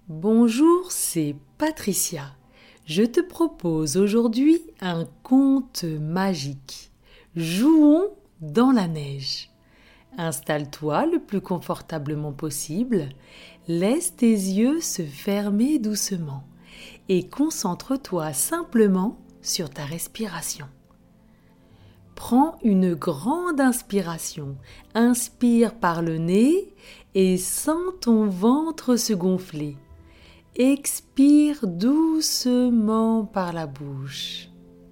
Bonjour, c'est Patricia. Je te propose aujourd'hui un conte magique. Jouons dans la neige. Installe-toi le plus confortablement possible, laisse tes yeux se fermer doucement et concentre-toi simplement sur ta respiration. Prends une grande inspiration, inspire par le nez et sens ton ventre se gonfler. Expire doucement par la bouche.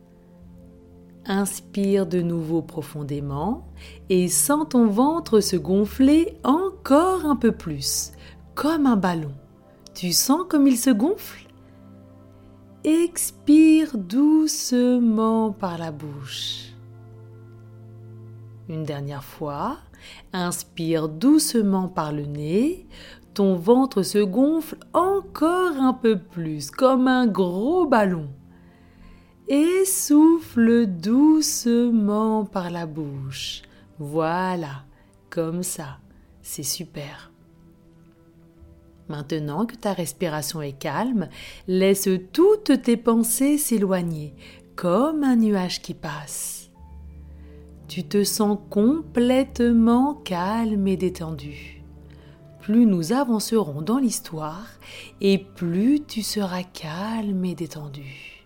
Inspire de nouveau profondément et sens ton ventre se gonfler encore un peu plus, comme un ballon. Tu sens comme il se gonfle? Expire doucement par la bouche. Une dernière fois, inspire doucement par le nez. Ton ventre se gonfle encore un peu plus, comme un gros ballon. Et souffle doucement par la bouche. Voilà, comme ça, c'est super. Maintenant que ta respiration est calme, laisse toutes tes pensées s'éloigner, comme un nuage qui passe. Tu te sens complètement calme et détendu. Plus nous avancerons dans l'histoire et plus tu seras calme et détendu.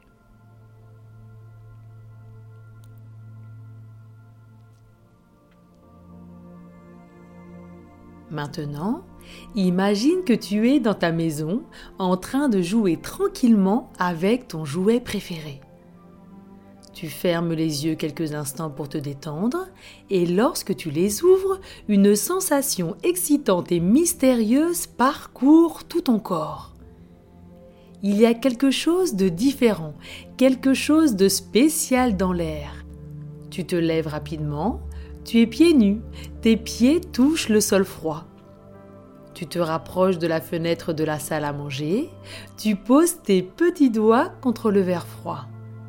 Maintenant, imagine que tu es dans ta maison en train de jouer tranquillement avec ton jouet préféré. Tu fermes les yeux quelques instants pour te détendre et lorsque tu les ouvres, une sensation excitante et mystérieuse parcourt tout ton corps. Il y a quelque chose de différent, quelque chose de spécial dans l'air. Tu te lèves rapidement, tu es pieds nus, tes pieds touchent le sol froid. Tu te rapproches de la fenêtre de la salle à manger, tu poses tes petits doigts contre le verre froid.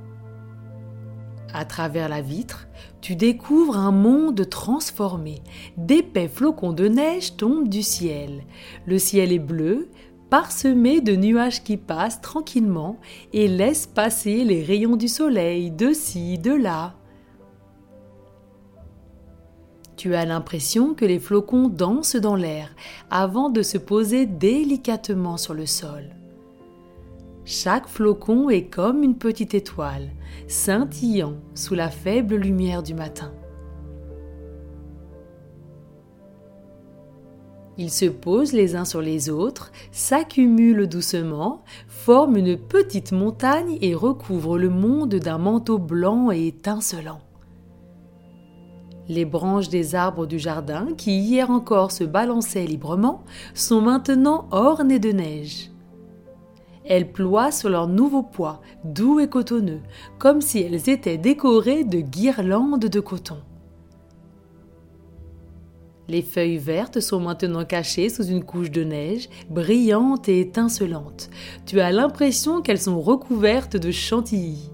À travers la vitre, tu découvres un monde transformé. D'épais flocons de neige tombent du ciel. Le ciel est bleu, parsemé de nuages qui passent tranquillement et laissent passer les rayons du soleil de ci, de là. Tu as l'impression que les flocons dansent dans l'air avant de se poser délicatement sur le sol. Chaque flocon est comme une petite étoile, scintillant sous la faible lumière du matin. Ils se posent les uns sur les autres, s'accumulent doucement, forment une petite montagne et recouvrent le monde d'un manteau blanc et étincelant. Les branches des arbres du jardin, qui hier encore se balançaient librement, sont maintenant ornées de neige. Elles ploient sur leur nouveau poids, doux et cotonneux, comme si elles étaient décorées de guirlandes de coton. Les feuilles vertes sont maintenant cachées sous une couche de neige, brillante et étincelante. Tu as l'impression qu'elles sont recouvertes de chantilly.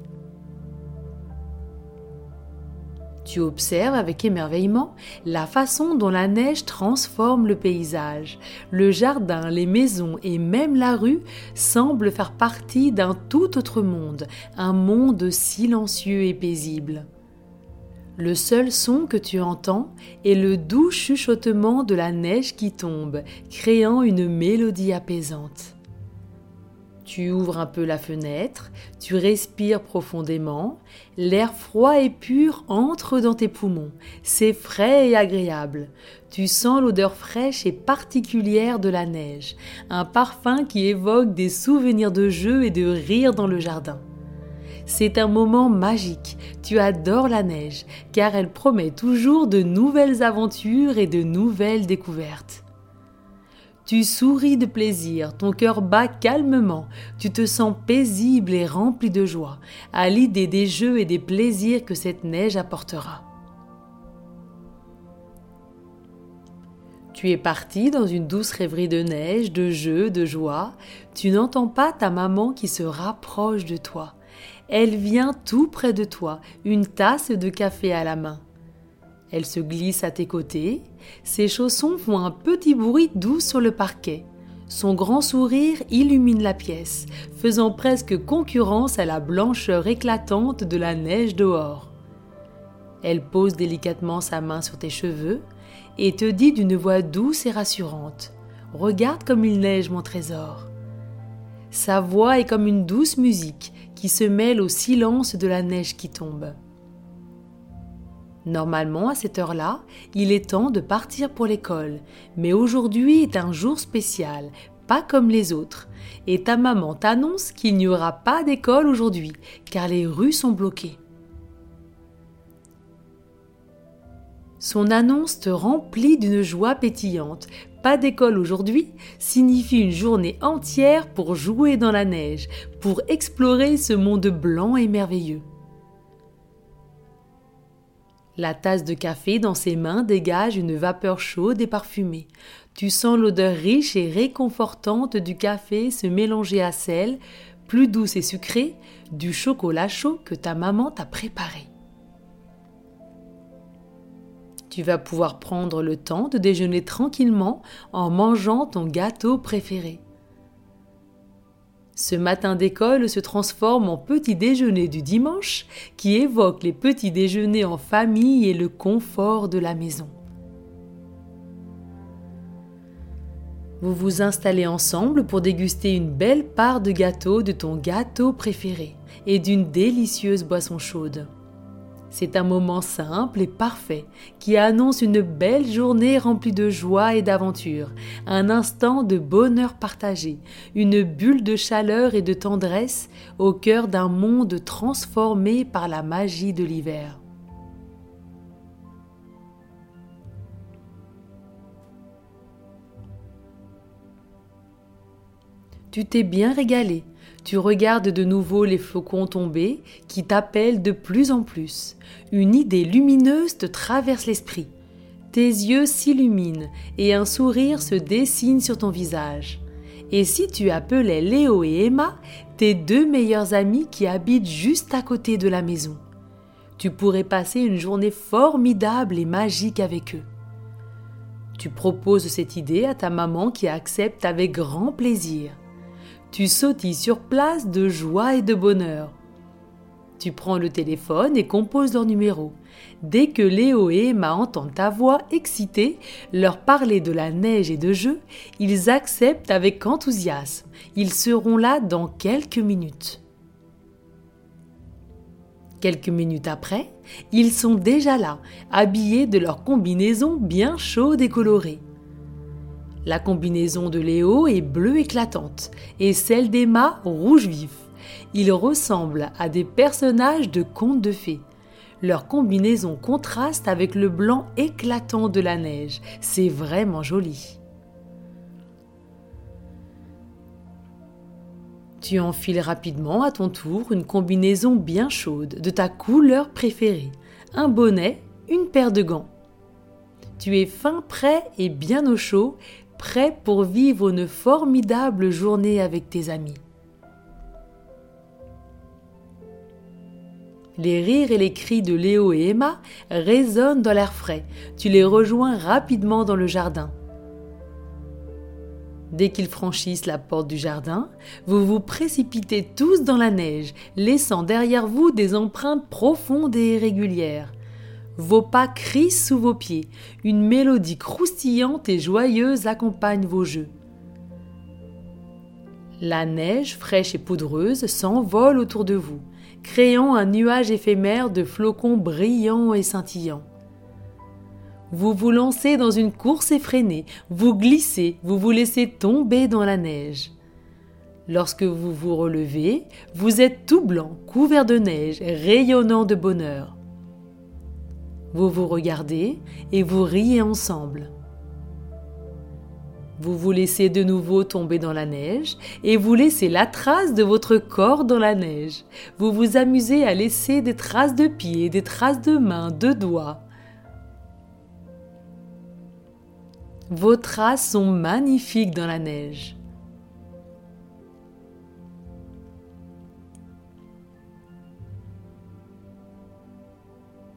Tu observes avec émerveillement la façon dont la neige transforme le paysage. Le jardin, les maisons et même la rue semblent faire partie d'un tout autre monde, un monde silencieux et paisible. Le seul son que tu entends est le doux chuchotement de la neige qui tombe, créant une mélodie apaisante. Tu ouvres un peu la fenêtre, tu respires profondément, l'air froid et pur entre dans tes poumons, c'est frais et agréable. Tu sens l'odeur fraîche et particulière de la neige, un parfum qui évoque des souvenirs de jeux et de rires dans le jardin. C'est un moment magique, tu adores la neige, car elle promet toujours de nouvelles aventures et de nouvelles découvertes. Tu souris de plaisir, ton cœur bat calmement, tu te sens paisible et rempli de joie à l'idée des jeux et des plaisirs que cette neige apportera. Tu es parti dans une douce rêverie de neige, de jeux, de joie. Tu n'entends pas ta maman qui se rapproche de toi. Elle vient tout près de toi, une tasse de café à la main. Elle se glisse à tes côtés, ses chaussons font un petit bruit doux sur le parquet. Son grand sourire illumine la pièce, faisant presque concurrence à la blancheur éclatante de la neige dehors. Elle pose délicatement sa main sur tes cheveux et te dit d'une voix douce et rassurante « Regarde comme il neige, mon trésor !» Sa voix est comme une douce musique qui se mêle au silence de la neige qui tombe. Normalement, à cette heure-là, il est temps de partir pour l'école, mais aujourd'hui est un jour spécial, pas comme les autres, et ta maman t'annonce qu'il n'y aura pas d'école aujourd'hui, car les rues sont bloquées. Son annonce te remplit d'une joie pétillante. Pas d'école aujourd'hui signifie une journée entière pour jouer dans la neige, pour explorer ce monde blanc et merveilleux. La tasse de café dans ses mains dégage une vapeur chaude et parfumée. Tu sens l'odeur riche et réconfortante du café se mélanger à celle, plus douce et sucrée, du chocolat chaud que ta maman t'a préparé. Tu vas pouvoir prendre le temps de déjeuner tranquillement en mangeant ton gâteau préféré. Ce matin d'école se transforme en petit déjeuner du dimanche qui évoque les petits déjeuners en famille et le confort de la maison. Vous vous installez ensemble pour déguster une belle part de gâteau de ton gâteau préféré et d'une délicieuse boisson chaude. C'est un moment simple et parfait qui annonce une belle journée remplie de joie et d'aventure, un instant de bonheur partagé, une bulle de chaleur et de tendresse au cœur d'un monde transformé par la magie de l'hiver. Tu t'es bien régalé. Tu regardes de nouveau les flocons tomber qui t'appellent de plus en plus. Une idée lumineuse te traverse l'esprit. Tes yeux s'illuminent et un sourire se dessine sur ton visage. Et si tu appelais Léo et Emma, tes deux meilleurs amis qui habitent juste à côté de la maison? Tu pourrais passer une journée formidable et magique avec eux. Tu proposes cette idée à ta maman qui accepte avec grand plaisir. Tu sautilles sur place de joie et de bonheur. Tu prends le téléphone et composes leur numéro. Dès que Léo et Emma entendent ta voix excitée leur parler de la neige et de jeux, ils acceptent avec enthousiasme. Ils seront là dans quelques minutes. Quelques minutes après, ils sont déjà là, habillés de leur combinaison bien chaude et colorée. La combinaison de Léo est bleue éclatante et celle d'Emma rouge vif. Ils ressemblent à des personnages de contes de fées. Leur combinaison contraste avec le blanc éclatant de la neige. C'est vraiment joli. Tu enfiles rapidement à ton tour une combinaison bien chaude de ta couleur préférée, un bonnet, une paire de gants. Tu es fin prêt et bien au chaud, prêt pour vivre une formidable journée avec tes amis. Les rires et les cris de Léo et Emma résonnent dans l'air frais. Tu les rejoins rapidement dans le jardin. Dès qu'ils franchissent la porte du jardin, vous vous précipitez tous dans la neige, laissant derrière vous des empreintes profondes et irrégulières. Vos pas crissent sous vos pieds, une mélodie croustillante et joyeuse accompagne vos jeux. La neige fraîche et poudreuse s'envole autour de vous, créant un nuage éphémère de flocons brillants et scintillants. Vous vous lancez dans une course effrénée, vous glissez, vous vous laissez tomber dans la neige. Lorsque vous vous relevez, vous êtes tout blanc, couvert de neige, rayonnant de bonheur. Vous vous regardez et vous riez ensemble. Vous vous laissez de nouveau tomber dans la neige et vous laissez la trace de votre corps dans la neige. Vous vous amusez à laisser des traces de pieds, des traces de mains, de doigts. Vos traces sont magnifiques dans la neige.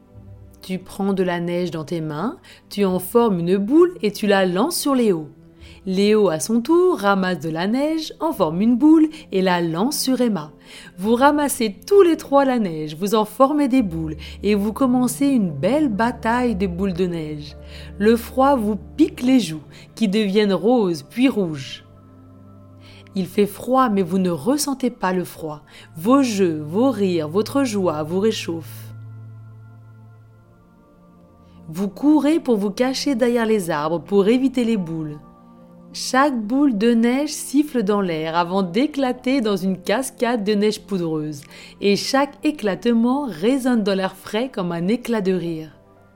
Tu prends de la neige dans tes mains, tu en formes une boule et tu la lances sur les hauts. Léo, à son tour, ramasse de la neige, en forme une boule et la lance sur Emma. Vous ramassez tous les trois la neige, vous en formez des boules et vous commencez une belle bataille de boules de neige. Le froid vous pique les joues, qui deviennent roses puis rouges. Il fait froid, mais vous ne ressentez pas le froid. Vos jeux, vos rires, votre joie vous réchauffent. Vous courez pour vous cacher derrière les arbres pour éviter les boules. Chaque boule de neige siffle dans l'air avant d'éclater dans une cascade de neige poudreuse, et chaque éclatement résonne dans l'air frais comme un éclat de rire.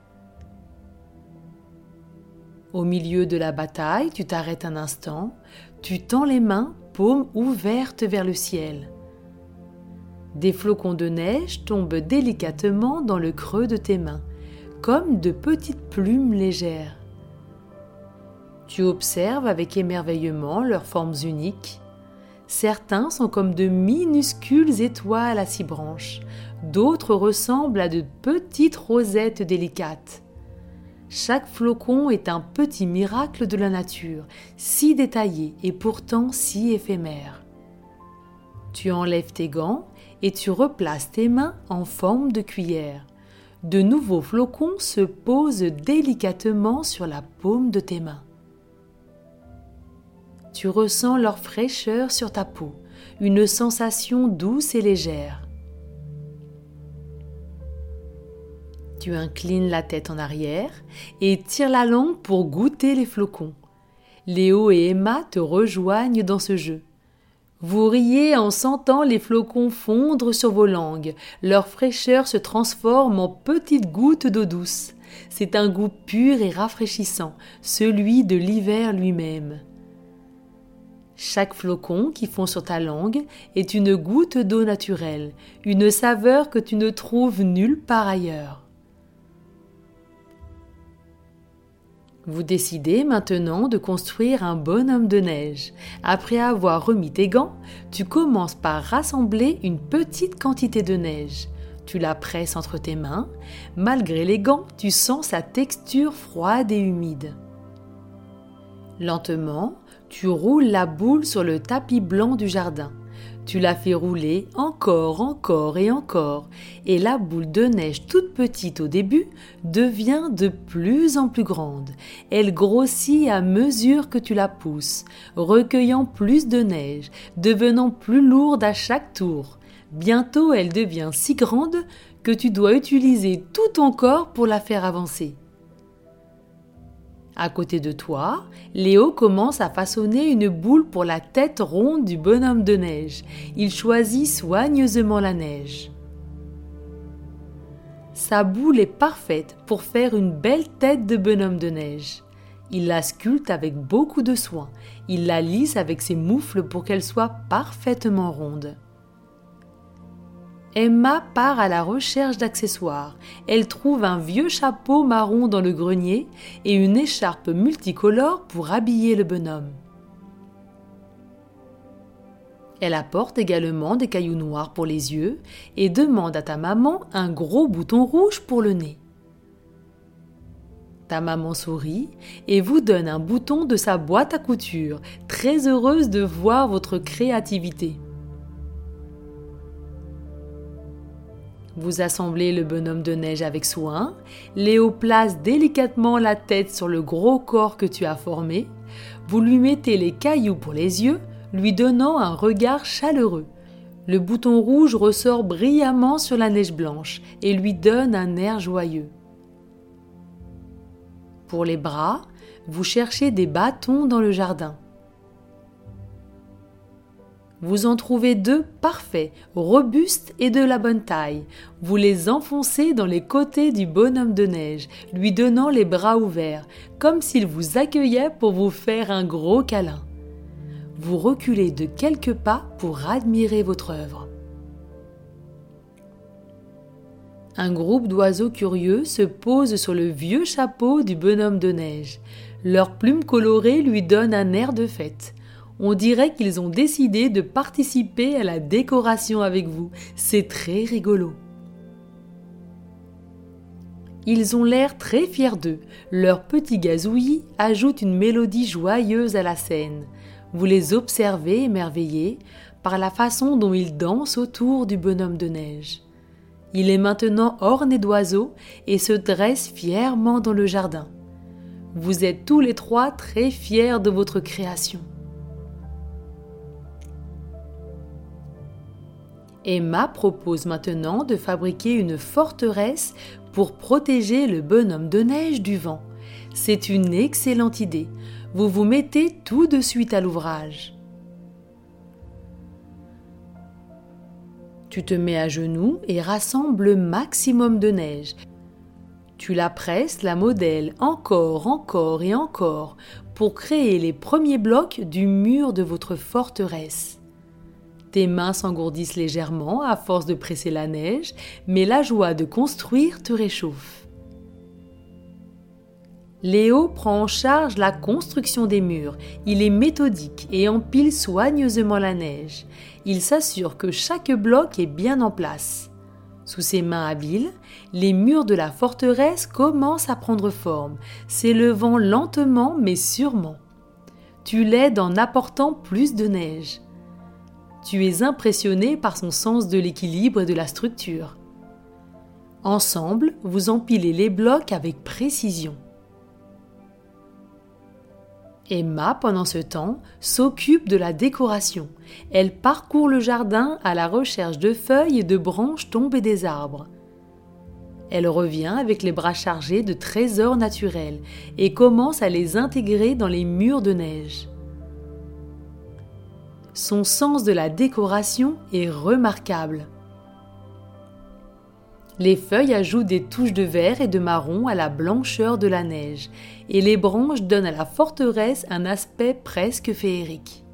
Au milieu de la bataille, tu t'arrêtes un instant, tu tends les mains, paumes ouvertes vers le ciel. Des flocons de neige tombent délicatement dans le creux de tes mains, comme de petites plumes légères. Tu observes avec émerveillement leurs formes uniques. Certains sont comme de minuscules étoiles à 6 branches, d'autres ressemblent à de petites rosettes délicates. Chaque flocon est un petit miracle de la nature, si détaillé et pourtant si éphémère. Tu enlèves tes gants et tu replaces tes mains en forme de cuillère. De nouveaux flocons se posent délicatement sur la paume de tes mains. Tu ressens leur fraîcheur sur ta peau, une sensation douce et légère. Tu inclines la tête en arrière et tires la langue pour goûter les flocons. Léo et Emma te rejoignent dans ce jeu. Vous riez en sentant les flocons fondre sur vos langues. Leur fraîcheur se transforme en petites gouttes d'eau douce. C'est un goût pur et rafraîchissant, celui de l'hiver lui-même. Chaque flocon qui fond sur ta langue est une goutte d'eau naturelle, une saveur que tu ne trouves nulle part ailleurs. Vous décidez maintenant de construire un bonhomme de neige. Après avoir remis tes gants, tu commences par rassembler une petite quantité de neige. Tu la presses entre tes mains. Malgré les gants, tu sens sa texture froide et humide. Lentement, tu roules la boule sur le tapis blanc du jardin. Tu la fais rouler encore et la boule de neige toute petite au début devient de plus en plus grande. Elle grossit à mesure que tu la pousses, recueillant plus de neige, devenant plus lourde à chaque tour. Bientôt, elle devient si grande que tu dois utiliser tout ton corps pour la faire avancer. À côté de toi, Léo commence à façonner une boule pour la tête ronde du bonhomme de neige. Il choisit soigneusement la neige. Sa boule est parfaite pour faire une belle tête de bonhomme de neige. Il la sculpte avec beaucoup de soin. Il la lisse avec ses moufles pour qu'elle soit parfaitement ronde. Emma part à la recherche d'accessoires. Elle trouve un vieux chapeau marron dans le grenier et une écharpe multicolore pour habiller le bonhomme. Elle apporte également des cailloux noirs pour les yeux et demande à ta maman un gros bouton rouge pour le nez. Ta maman sourit et vous donne un bouton de sa boîte à couture, très heureuse de voir votre créativité. Vous assemblez le bonhomme de neige avec soin. Léo place délicatement la tête sur le gros corps que tu as formé. Vous lui mettez les cailloux pour les yeux, lui donnant un regard chaleureux. Le bouton rouge ressort brillamment sur la neige blanche et lui donne un air joyeux. Pour les bras, vous cherchez des bâtons dans le jardin. Vous en trouvez 2 parfaits, robustes et de la bonne taille. Vous les enfoncez dans les côtés du bonhomme de neige, lui donnant les bras ouverts, comme s'il vous accueillait pour vous faire un gros câlin. Vous reculez de quelques pas pour admirer votre œuvre. Un groupe d'oiseaux curieux se pose sur le vieux chapeau du bonhomme de neige. Leurs plumes colorées lui donnent un air de fête. On dirait qu'ils ont décidé de participer à la décoration avec vous. C'est très rigolo. Ils ont l'air très fiers d'eux. Leurs petits gazouillis ajoutent une mélodie joyeuse à la scène. Vous les observez émerveillés par la façon dont ils dansent autour du bonhomme de neige. Il est maintenant orné d'oiseaux et se dresse fièrement dans le jardin. Vous êtes tous les trois très fiers de votre création. Emma propose maintenant de fabriquer une forteresse pour protéger le bonhomme de neige du vent. C'est une excellente idée. Vous vous mettez tout de suite à l'ouvrage. Tu te mets à genoux et rassembles le maximum de neige. Tu la presses, la modèles encore et encore pour créer les premiers blocs du mur de votre forteresse. Tes mains s'engourdissent légèrement à force de presser la neige, mais la joie de construire te réchauffe. Léo prend en charge la construction des murs. Il est méthodique et empile soigneusement la neige. Il s'assure que chaque bloc est bien en place. Sous ses mains habiles, les murs de la forteresse commencent à prendre forme, s'élevant lentement mais sûrement. Tu l'aides en apportant plus de neige. Tu es impressionné par son sens de l'équilibre et de la structure. Ensemble, vous empilez les blocs avec précision. Emma, pendant ce temps, s'occupe de la décoration. Elle parcourt le jardin à la recherche de feuilles et de branches tombées des arbres. Elle revient avec les bras chargés de trésors naturels et commence à les intégrer dans les murs de neige. Son sens de la décoration est remarquable. Les feuilles ajoutent des touches de vert et de marron à la blancheur de la neige, et les branches donnent à la forteresse un aspect presque féerique.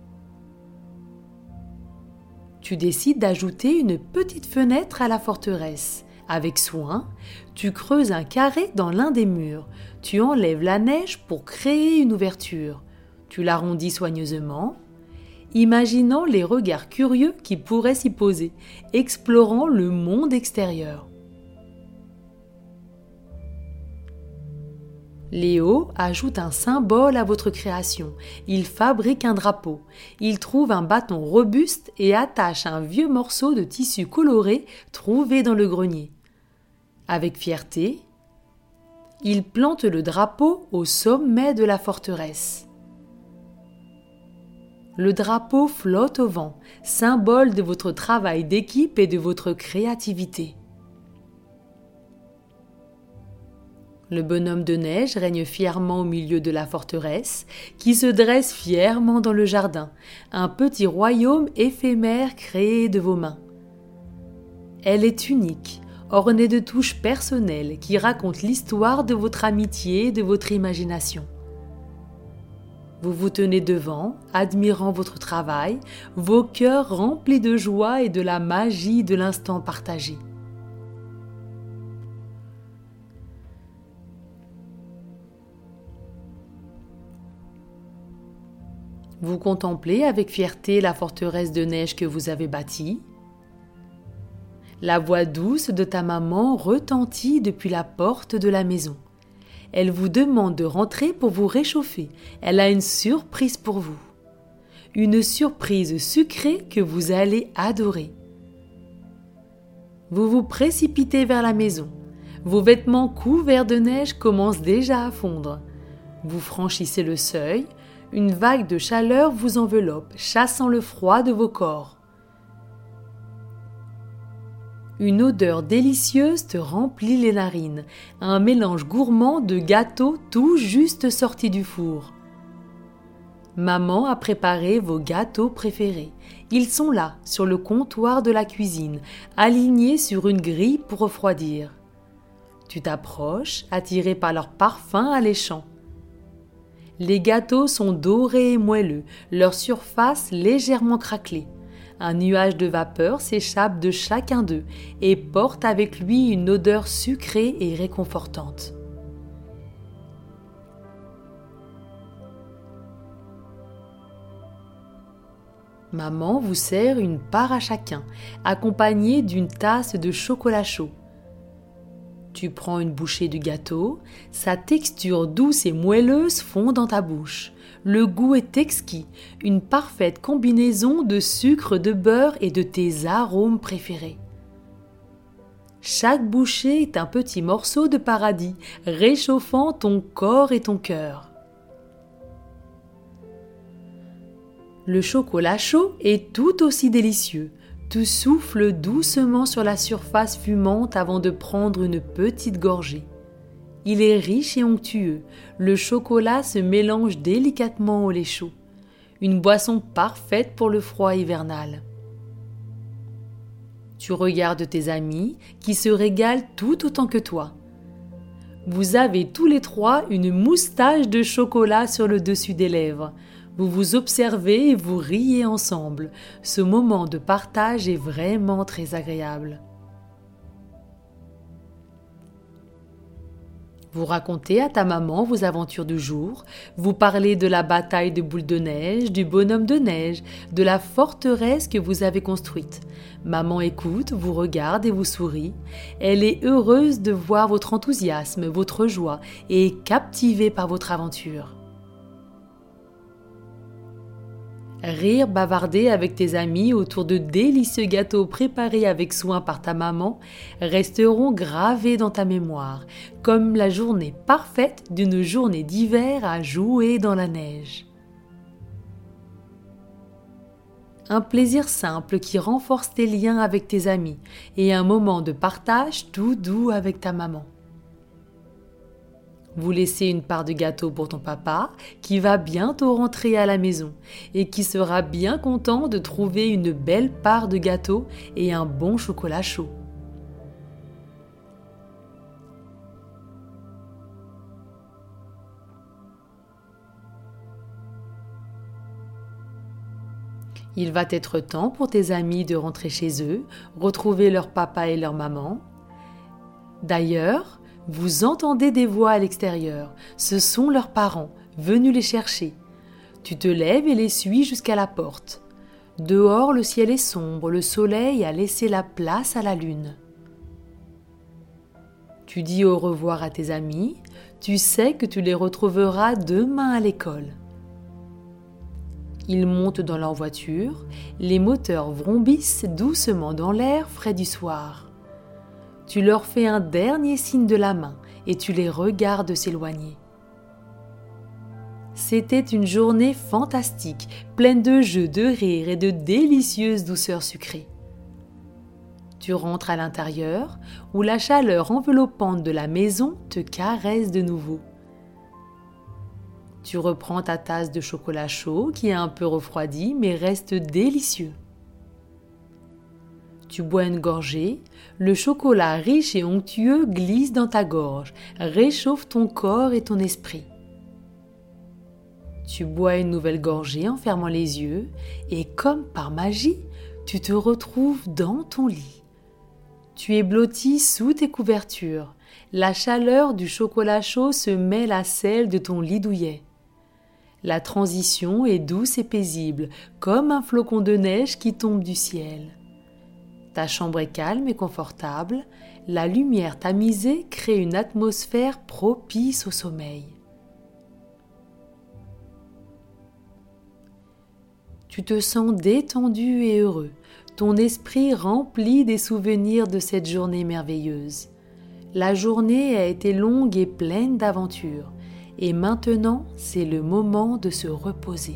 Tu décides d'ajouter une petite fenêtre à la forteresse. Avec soin, tu creuses un carré dans l'un des murs. Tu enlèves la neige pour créer une ouverture. Tu l'arrondis soigneusement, imaginant les regards curieux qui pourraient s'y poser, explorant le monde extérieur. Léo ajoute un symbole à votre création. Il fabrique un drapeau. Il trouve un bâton robuste et attache un vieux morceau de tissu coloré trouvé dans le grenier. Avec fierté, il plante le drapeau au sommet de la forteresse. Le drapeau flotte au vent, symbole de votre travail d'équipe et de votre créativité. Le bonhomme de neige règne fièrement au milieu de la forteresse, qui se dresse fièrement dans le jardin, un petit royaume éphémère créé de vos mains. Elle est unique, ornée de touches personnelles qui racontent l'histoire de votre amitié et de votre imagination. Vous vous tenez devant, admirant votre travail, vos cœurs remplis de joie et de la magie de l'instant partagé. Vous contemplez avec fierté la forteresse de neige que vous avez bâtie. La voix douce de ta maman retentit depuis la porte de la maison. Elle vous demande de rentrer pour vous réchauffer. Elle a une surprise pour vous. Une surprise sucrée que vous allez adorer. Vous vous précipitez vers la maison. Vos vêtements couverts de neige commencent déjà à fondre. Vous franchissez le seuil. Une vague de chaleur vous enveloppe, chassant le froid de vos corps. Une odeur délicieuse te remplit les narines, un mélange gourmand de gâteaux tout juste sortis du four. Maman a préparé vos gâteaux préférés. Ils sont là, sur le comptoir de la cuisine, alignés sur une grille pour refroidir. Tu t'approches, attiré par leur parfum alléchant. Les gâteaux sont dorés et moelleux, leur surface légèrement craquelée. Un nuage de vapeur s'échappe de chacun d'eux et porte avec lui une odeur sucrée et réconfortante. Maman vous sert une part à chacun, accompagnée d'une tasse de chocolat chaud. Tu prends une bouchée du gâteau, sa texture douce et moelleuse fond dans ta bouche. Le goût est exquis, une parfaite combinaison de sucre, de beurre et de tes arômes préférés. Chaque bouchée est un petit morceau de paradis, réchauffant ton corps et ton cœur. Le chocolat chaud est tout aussi délicieux. Tu souffles doucement sur la surface fumante avant de prendre une petite gorgée. Il est riche et onctueux. Le chocolat se mélange délicatement au lait chaud. Une boisson parfaite pour le froid hivernal. Tu regardes tes amis qui se régalent tout autant que toi. Vous avez tous les trois une moustache de chocolat sur le dessus des lèvres. Vous vous observez et vous riez ensemble. Ce moment de partage est vraiment très agréable. Vous racontez à ta maman vos aventures du jour, vous parlez de la bataille de boules de neige, du bonhomme de neige, de la forteresse que vous avez construite. Maman écoute, vous regarde et vous sourit. Elle est heureuse de voir votre enthousiasme, votre joie et est captivée par votre aventure. Rire, bavarder avec tes amis autour de délicieux gâteaux préparés avec soin par ta maman resteront gravés dans ta mémoire, comme la journée parfaite d'une journée d'hiver à jouer dans la neige. Un plaisir simple qui renforce tes liens avec tes amis et un moment de partage tout doux avec ta maman. Vous laissez une part de gâteau pour ton papa qui va bientôt rentrer à la maison et qui sera bien content de trouver une belle part de gâteau et un bon chocolat chaud. Il va être temps pour tes amis de rentrer chez eux, retrouver leur papa et leur maman. D'ailleurs, vous entendez des voix à l'extérieur. Ce sont leurs parents, venus les chercher. Tu te lèves et les suis jusqu'à la porte. Dehors, le ciel est sombre, le soleil a laissé la place à la lune. Tu dis au revoir à tes amis. Tu sais que tu les retrouveras demain à l'école. Ils montent dans leur voiture. Les moteurs vrombissent doucement dans l'air frais du soir. Tu leur fais un dernier signe de la main et tu les regardes s'éloigner. C'était une journée fantastique, pleine de jeux, de rires et de délicieuses douceurs sucrées. Tu rentres à l'intérieur où la chaleur enveloppante de la maison te caresse de nouveau. Tu reprends ta tasse de chocolat chaud qui est un peu refroidi mais reste délicieux. Tu bois une gorgée, le chocolat riche et onctueux glisse dans ta gorge, réchauffe ton corps et ton esprit. Tu bois une nouvelle gorgée en fermant les yeux et comme par magie, tu te retrouves dans ton lit. Tu es blotti sous tes couvertures. La chaleur du chocolat chaud se mêle à celle de ton lit douillet. La transition est douce et paisible, comme un flocon de neige qui tombe du ciel. Ta chambre est calme et confortable, la lumière tamisée crée une atmosphère propice au sommeil. Tu te sens détendu et heureux, ton esprit rempli des souvenirs de cette journée merveilleuse. La journée a été longue et pleine d'aventures, et maintenant c'est le moment de se reposer.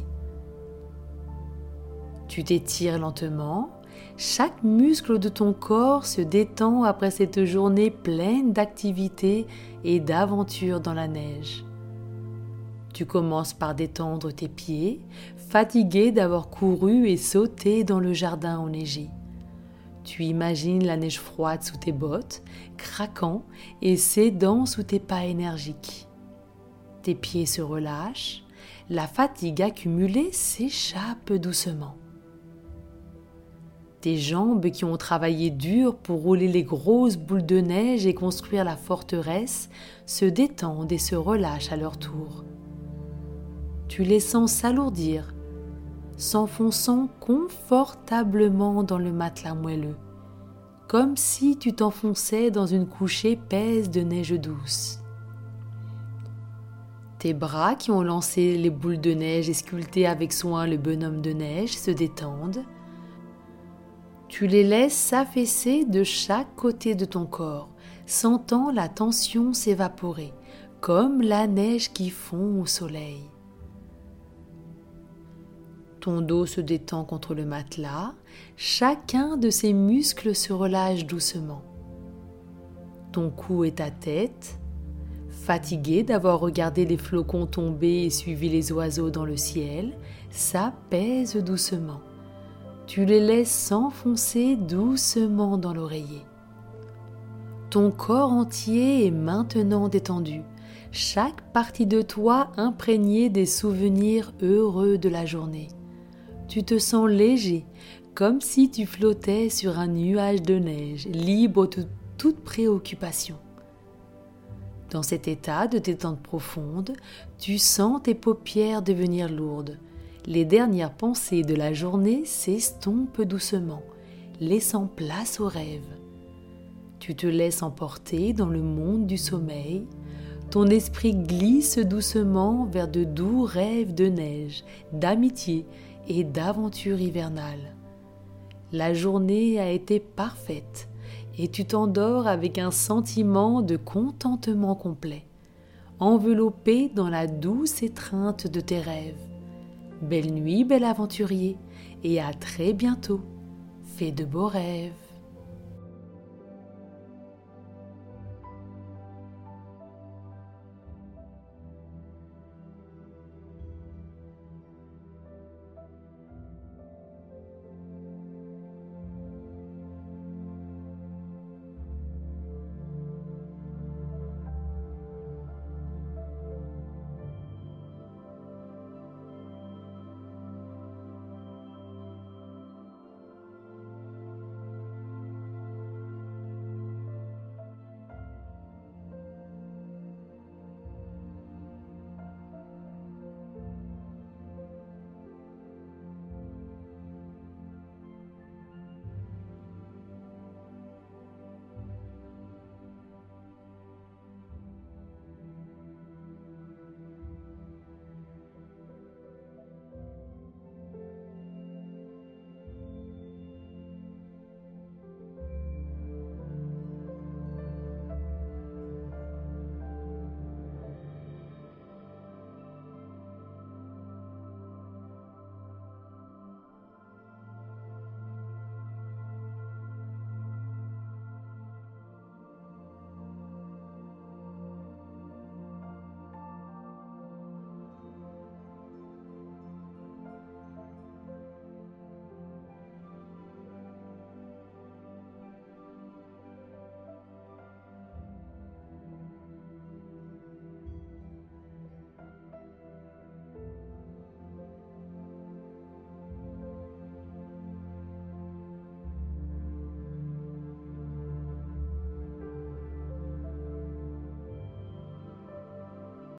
Tu t'étires lentement. Chaque muscle de ton corps se détend après cette journée pleine d'activités et d'aventures dans la neige. Tu commences par détendre tes pieds, fatigué d'avoir couru et sauté dans le jardin enneigé. Tu imagines la neige froide sous tes bottes, craquant et cédant sous tes pas énergiques. Tes pieds se relâchent, la fatigue accumulée s'échappe doucement. Tes jambes qui ont travaillé dur pour rouler les grosses boules de neige et construire la forteresse se détendent et se relâchent à leur tour. Tu les sens s'alourdir, s'enfonçant confortablement dans le matelas moelleux. comme si tu t'enfonçais dans une couche épaisse de neige douce. Tes bras qui ont lancé les boules de neige et sculpté avec soin le bonhomme de neige se détendent. Tu les laisses s'affaisser de chaque côté de ton corps, sentant la tension s'évaporer, comme la neige qui fond au soleil. Ton dos se détend contre le matelas, chacun de ses muscles se relâche doucement. Ton cou et ta tête, fatigué d'avoir regardé les flocons tomber et suivi les oiseaux dans le ciel, s'apaisent doucement. Tu les laisses s'enfoncer doucement dans l'oreiller. Ton corps entier est maintenant détendu, chaque partie de toi imprégnée des souvenirs heureux de la journée. Tu te sens léger, comme si tu flottais sur un nuage de neige, libre de toute préoccupation. Dans cet état de détente profonde, tu sens tes paupières devenir lourdes. Les dernières pensées de la journée s'estompent doucement, laissant place aux rêves. Tu te laisses emporter dans le monde du sommeil. Ton esprit glisse doucement vers de doux rêves de neige, d'amitié et d'aventure hivernale. La journée a été parfaite et tu t'endors avec un sentiment de contentement complet, enveloppé dans la douce étreinte de tes rêves. Belle nuit, bel aventurier, et à très bientôt. Fais de beaux rêves.